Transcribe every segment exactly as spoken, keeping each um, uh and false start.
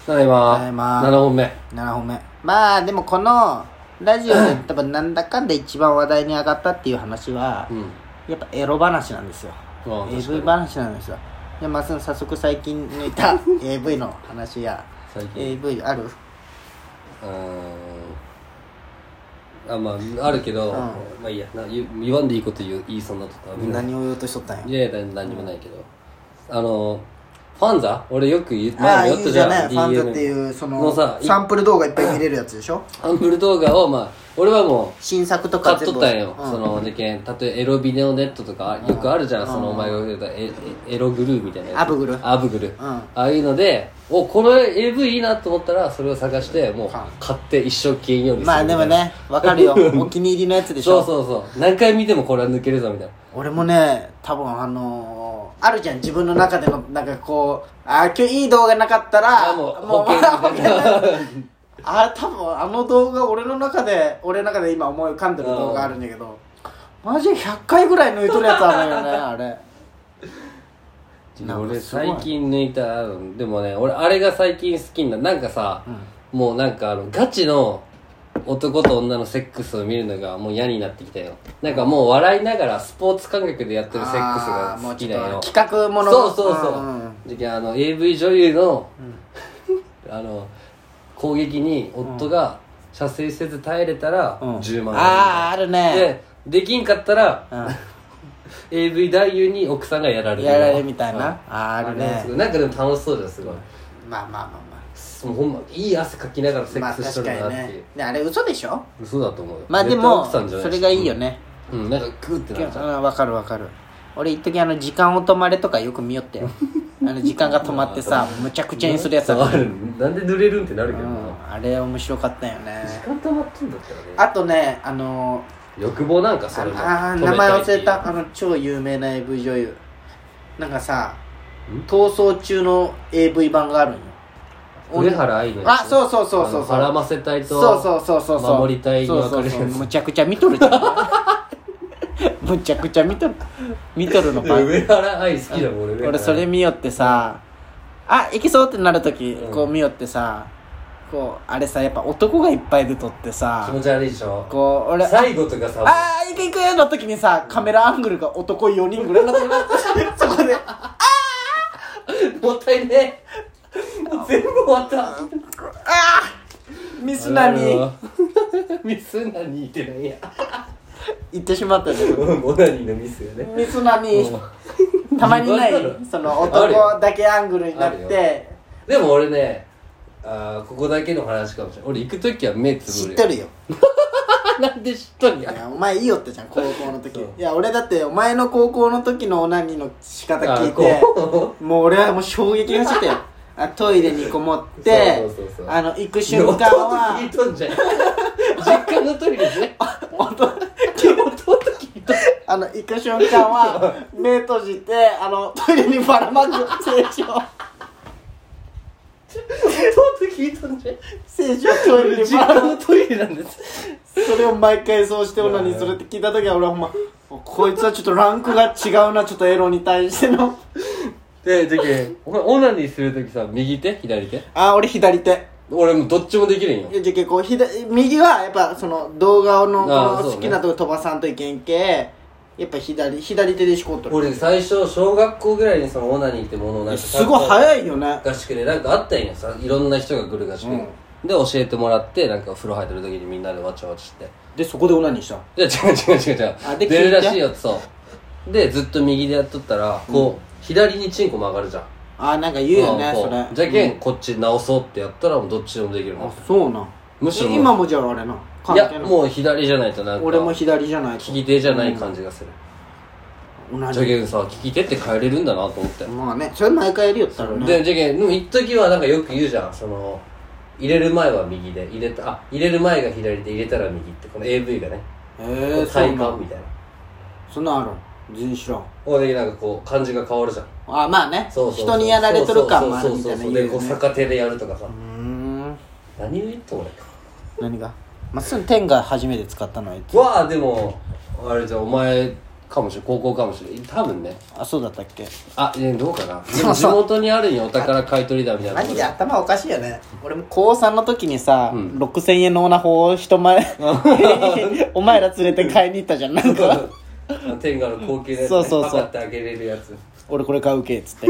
ただいまただいまななほんめななほんめ。まあでもこのラジオで多分なんだかんだ一番話題に上がったっていう話は、うん、やっぱエロ話なんですよ。 エーブイ 話なんですよ。でまあ早速最近抜いた エーブイ の話や最近 エーブイ ある？うーんあまああるけど、うん、まあいいやな 言, 言わんでいいこと言う言いそうになっとった。 何を言おうとしとったんや。 いやいや何にもないけど、うん、あのファンザ俺よく言う前も言ったじゃん。 ああいいじゃね、ファンザっていうそのさサンプル動画いっぱい見れるやつでしょ。 サンプル動画をまあ俺はもう新作とか買っとったんよ、うん、その事件例えばエロビデオネットとかよくあるじゃん、うん、そのお前が言うたエエログルーみたいなやつアブグルアブグル、うん、ああいうのでおこの エーブイ いいなと思ったらそれを探してもう買って一生懸命ようにするみたいな。 まあでもねわかるよお気に入りのやつでしょ。 そうそうそう何回見てもこれは抜けるぞみたいな。 俺もね多分あのー、あるじゃん自分の中でのなんかこうあ今日いい動画なかったらもう保険みたいなあ多分あの動画俺の中で俺の中で今思い浮かんでる動画あるんだけどマジでひゃっかいぐらい抜いとるやつあるよねあれ。 俺最近抜いたでもね俺あれが最近好きにななんかさ、うん、もうなんかあのガチの男と女のセックスを見るのがもう嫌になってきたよ。なんかもう笑いながらスポーツ感覚でやってるセックスが好きだよ。 企画ものそうそうそう、うん、じゃあの エーブイ 女優の、うん、あの攻撃に夫が射精せず耐えれたらじゅうまんえん、うん、 あああるね。 でできんかったら、うん、エーブイ 男優に奥さんがやられるやられるみたいな、うん、ああるね。 なんかでも楽しそうだよすごい。 まあまあまあまあもうほんまいい汗かきながらセックスしとるなっていう、まあ、 ね、あれ嘘でしょ。 嘘だと思うよ。 まあでもそれがいいよね。 うん、うん、なんかクーってなっちゃう。 分かる分かる。俺一時あの時間を止まれとかよく見よってよあの時間が止まってさむちゃくちゃにするやつある。 なんで濡れるんってなるけどな、うん、 あれ面白かったよね。 時間止まってんだったらね。 あとねあの欲望なんかそれああ名前忘れたあの超有名な エーブイ 女優なんかさ逃走中の エーブイ 版があるんよ。 上原愛のやつ。 あそうそうそうそうそう絡ませたいとそうそうそうそう守りたいに分かれるやつ。 そうそうそうむちゃくちゃ見とるじゃんむちゃくちゃ見とる見とるのか。 上原愛好きだもん俺。 俺それ見よってさあいけそうってなるときこう見よってさこうあれさやっぱ男がいっぱい出とってさ気持ち悪いでしょ。 こう俺最後とかさあーいけいけの時にさカメラアングルが男よにんぐらいになってそこであーもったいねもう全部終わった。あーミスナニーミスナニーってなんや言ってしまったねオナニーのミスよね。 ミスナニーたまにないその男だけアングルになってでも俺ねあここだけの話かもしれない。俺行く時は目つぶるよ。 知っとるよなんで知っとるやん。 いやお前いいよってじゃん高校の時いや俺だってお前の高校の時のオナニーの仕方聞いてもう俺はもう衝撃がしてたよあトイレにこもってそうそうそうそうあの行く瞬間は音聞いとんじゃん実家のトイレでね音聞いとんあの行く瞬間は目閉じてあのトイレにばらまく聖書音聞いとんじゃん。 聖書トイレにばらまく実家のトイレなんです。 それを毎回そうしてオナニーするって聞いた時は俺はほんまこいつはちょっとランクが違うなちょっとエロに対してのでじゃけお前オナニーするときさ右手左手。 あ俺左手。 俺もどっちもできるんよ。 じゃけこう左右はやっぱその動画のこの好きなとこ飛ばさんといけんけやっぱ左左手でしこっとる。 俺最初小学校ぐらいにそのオナニーってものをなんかすごい早いよね合宿でなんかあったんよさいろんな人が来る合宿、うん、で教えてもらってなんか風呂入ってる時にみんなでわちゃわちゃしてでそこでオナニーした。 いや違う違う違う違うあで出るらしいよそうでずっと右でやっとったらこう、うん、左にチンコ曲がるじゃん。 あなんか言うよねそれじゃけん、うん、こっち直そうってやったらもうどっちでもできるの。 あそうなんむしろ今もじゃああれないやもう左じゃないとなんか俺も左じゃないと利き手じゃない感じがする、うん、じゃけんさ利き手って変えれるんだなと思ってまあねそれ毎回やるよったらねでじゃけんでも一時はなんかよく言うじゃんその入れる前は右で入れたあ入れる前が左で入れたら右ってこの エーブイ がねへえ体感みたいなそんなんある全然知らん。 おでなんかこう感じが変わるじゃん。 あまあねそうそうそう人にやられとる感もあるみたいな言うよね。 でこう逆手でやるとかさ。うーん何を言った俺何がまっすぐ天が初めて使ったのはいつわあでもあれじゃあお前かもしれん高校かもしれん多分ねあそうだったっけ。 あえどうかなでも地元にあるんよお宝買い取りだみたいなマジで頭おかしいよね。俺も高さんの時にさ、うん、ろくせんえんのオナホを人前お前ら連れて買いに行ったじゃんなんか天下の高級なやつ、ね、 そうそうそうパカってあげれるやつ俺これ買うけっつって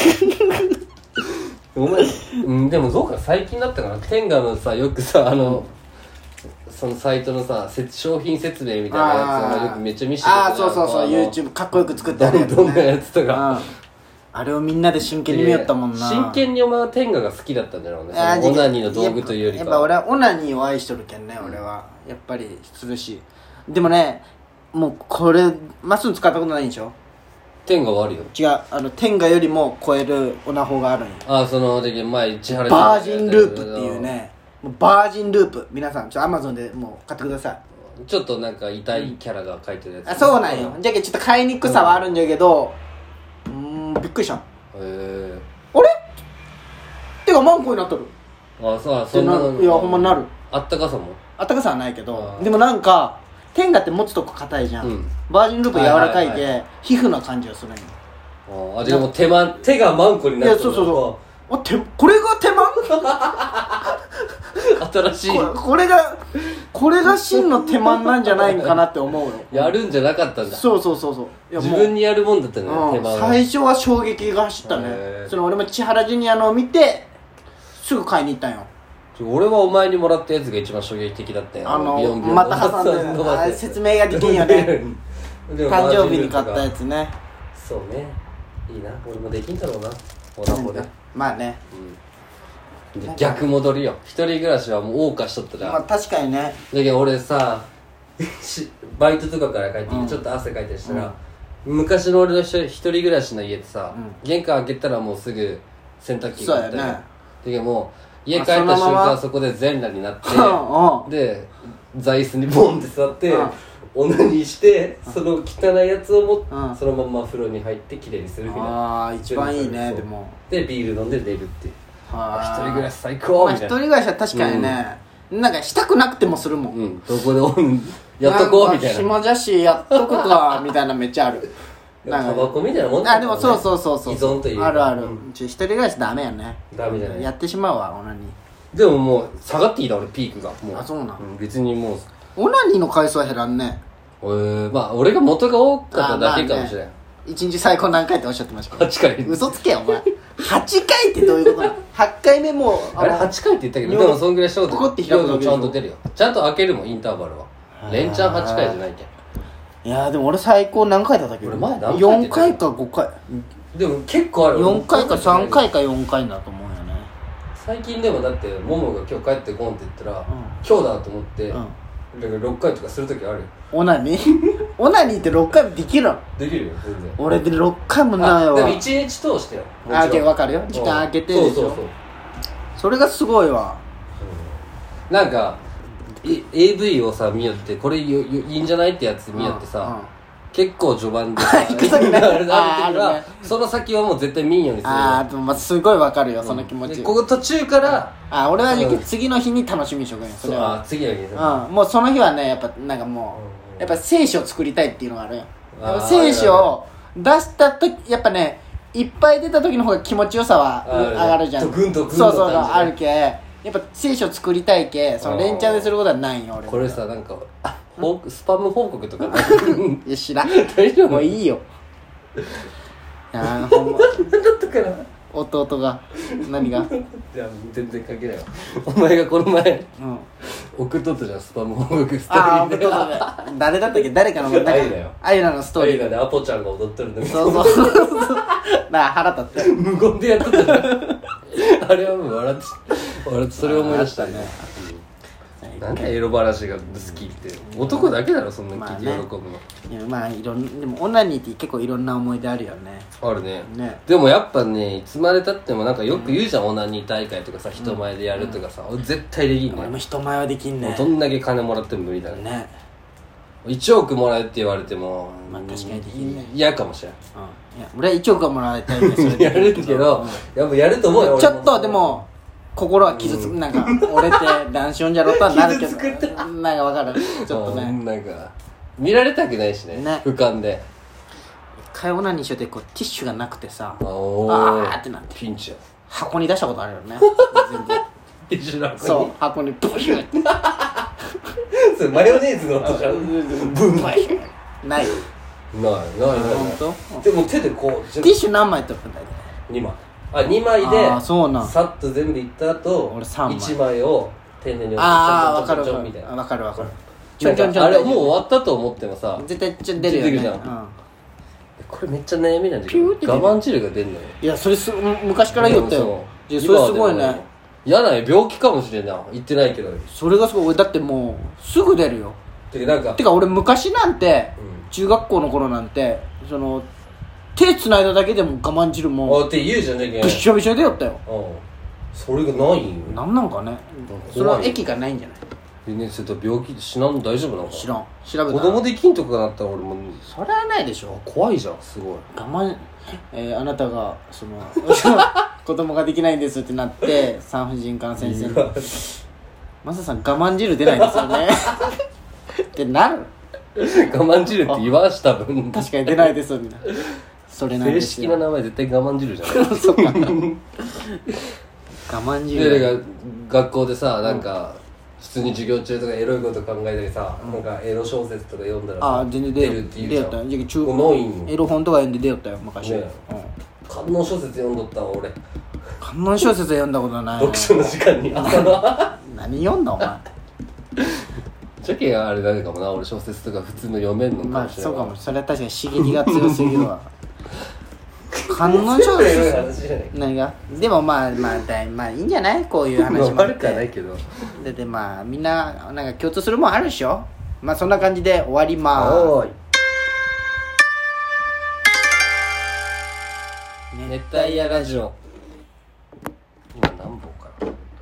お前、うん、でもどうか最近だったかな天下のさよくさあの、うんそのサイトのさ商品説明みたいなやつをよくめっちゃ見せてくれてああそうそうそう YouTube かっこよく作ってあるやつ、ね、 どんなやつとか、うん、 あれをみんなで真剣に見よったもんな。 真剣にお前は天下が好きだったんだろうねそのオナニーの道具というよりかやっぱ俺はオナニーを愛しとるけんね、うん、俺はやっぱりするしでもねもうこれまっすぐ使ったことないんでしょ。 天下はあるよ。 違うあの天下よりも超えるオナホがあるんよ。 ああその時前千原バージンループっていうねもうバージンループ皆さんちょっとアマゾンでもう買ってください。ちょっとなんか痛いキャラが描いてるやつ、ね、 あそうなんよ。じゃけちょっと買いにくさはあるんだけどうーんびっくりした。へえあれてかマンコになっとる。 ああそうそんなのいやほんまになる。 あったかさもあったかさはないけどでもなんか天下って持つとこ硬いじゃん、うん、バージンループ柔らかいけ、はいはいはい、皮膚な感じがするんよ。 ああじゃあもう手間手がマンコになってる。 いやそうそうそうあてこれが手間新しいこれ、これがこれが真の手間なんじゃないかなって思うよ。 やるんじゃなかったんだ。 そうそうそうそういや自分にやるもんだったね、うん、手間は。 最初は衝撃が走ったね。その俺も千原ジュニアのを見てすぐ買いに行ったんよ。 俺はお前にもらったやつが一番衝撃的だったよ。 あのビヨンビヨンまた挟んであ説明ができんよね誕生日に買ったやつね。 そうねいいな俺もできんだろうなオナホで。 まあね、 うん、逆戻りよ。一人暮らしはもう謳歌しとったら。 まあ確かにね。 だけど俺さバイトとかから帰ってきて、うん、ちょっと汗かいたりしたら、うん、昔の俺の一人暮らしの家ってさ、うん、玄関開けたらもうすぐ洗濯機があったよ。だけどもう家帰った瞬間そこで全裸になってで座椅子にボンって座ってオナニーしてその汚いやつを持ってそのまま風呂に入ってきれいにするみたいな。 ああ一番いいね。でもでビール飲んで寝るっていう一人暮らし最高みたいな。 一人暮らしは確かにねなんかしたくなくてもするもん。 うんどこでやっとこうみたいな。 暇じゃしやっとくかみたいなめっちゃある。 タバコみたいなもんだあでもそうそうそうそう依存というあるある、うん、一人暮らしダメやね。 ダメじゃないやってしまうわオナニー。でももう下がっていいだ俺ピークがもう。 あそうなん、 うん、別にもうオナニーの回数は減らんね。 えー、まあ俺が元が多かっただけかもしれん、まあね、 いちにち最高何回っておっしゃってましたけどはちかい嘘つけよお前はちかいってどういうことなのはちかいめもうあれはちかいって言ったけどでもそんぐらいしようとここって開くのちゃんと出るよ。ちゃんと開けるもんインターバルは連チャンはちかいじゃないけん。 いやーでも俺最高何回だったっけ。 俺前何回ってよんかいかごかいでも結構ある。 よんかいかさんかいかよんかいだと思うよね。 最近でもだってモモが今日帰ってこんって言ったら、うん、今日だと思って、うん、だからろっかいとかするときあるよ。 オナニーオナニーってろっかいもできるの。 できるよ全然。 俺でろっかいもないわ。 でもいちにち通してよ。 あ分かるよ時間空けてでしょ。そうそうそうそれがすごいわ、 うん、なんかエーブイ をさ見よってこれいいんじゃないってやつ見よってさ、うんうん、結構序盤でさ行く先ねあるね。その先はもう絶対見んようにする。 ああでもまあすごいわかるよ、うん、その気持ち。 ここ途中からあ俺は、うん、次の日に楽しみにしとくんよそれは。 あ次の日ね、 うん、もうその日はねやっぱなんかもう、うん、やっぱ聖書を作りたいっていうのがあるよ。聖書を出した時やっぱねいっぱい出た時の方が気持ちよさは上がるじゃん。 ドクンドクンそうそうそうあるけやっぱ聖書作りたいけその連チャンですることはないよ俺。 これさなんかスパム報告とかいや知らん大丈夫。 もういいよ。いやほんまだったから弟が何がいや全然関係ないわ。お前がこの前、うん、送っとったじゃんスパム報告ストーリーで。 ああ送っとったね。誰だったっけ誰かのアイだよ。 アイナのストーリー。 アイナでアポちゃんが踊ってるんだけど。そうそうそうなあ腹立って無言でやっとったじゃんあれはもう笑って笑ってそれを思い出したね。なんでエロ話が好きって男だけだろそんな聞いて喜ぶの。 いやまあいろんでもオナニーって結構いろんな思い出あるよね。 あるね。 ねでもやっぱねいつまでたってもなんかよく言うじゃん、うん、オナニー大会とかさ人前でやるとかさ、うん、俺絶対できんね。 俺も人前はできんね。 どんだけ金もらっても無理だね。 ねいちおくもらえって言われてもまあ確かにできんね。 嫌かもしれん、 うん、いや俺はいちおくはもらいたいねそれでやるけど、うん、やっぱやると思うよ。 ちょっとでも心は傷つく、うん、なんか俺って男子音じゃろとはなるけどなんかわかるちょっとねなんか見られたくないしねね俯瞰で一回オナニーしようってこうティッシュがなくてさ、 おあーってなってピンチや箱に出したことあるよね全部ティッシュの箱にそう箱にブシュッてそれマヨネーズの音じゃんブンブシュッないないないない本当でも手でこうティッシュ何枚取ったんだよにまいあにまいであーそうなんさっと全部いった後俺さんまいいちまいを丁寧にああ分かるちょ分かるんちょんちょんみたいな分かる分かるちなんょんちょんちょんかあれもう終わったと思ってもさ絶対ちょん出るよね出てくるじゃんうんこれめっちゃ悩みなんだけピューって出るど我慢汁が出んのよいやそれす昔から言ったよいやそれすごいね嫌な病気かもしれんな言ってないけどそれがすごい俺だってもうすぐ出るよてかなんかてか俺昔なんて、 うん中学校の頃なんてその手繋いだだけでも我慢汁もあって言うじゃんねびっしょびしょでよったようんそれがないんよなんなんかねその液がないんじゃないでねそれと病気死なん大丈夫なのか知らん調べた子供できんとかなったら俺もうそれはないでしょ怖いじゃんすごい我慢えー、あなたがその子供ができないんですってなって産婦人科の先生に「マサさん我慢汁出ないですよね」ってなる我慢汁って言わんし多分確かに出ないですよみたいなそれなん正ですよ式な名前絶対我慢汁じゃないそっか我慢汁でなんか学校でさなんか普通に授業中とかエロいこと考えたりさ、うん、なんかエロ小説とか読んだらああ全然出るって言うじゃん出よったよ中もうないんよエロ本とか読んで出よったよ昔、 ねえ、うん、観音小説読んどったわ俺観音小説は読んだことない読書の時間に朝の何読んだお前ジャケがあれだかもな俺小説とか普通の読めんのかまあもしれない、 そうかもそれは確かに刺激が強すぎるわ観音小説何がでもまあまあだいまあいいんじゃないこういう話もあって悪くはないけどだってまあみんななんか共通するもんあるでしょまあそんな感じで終わりまおーいす熱帯夜ラジオ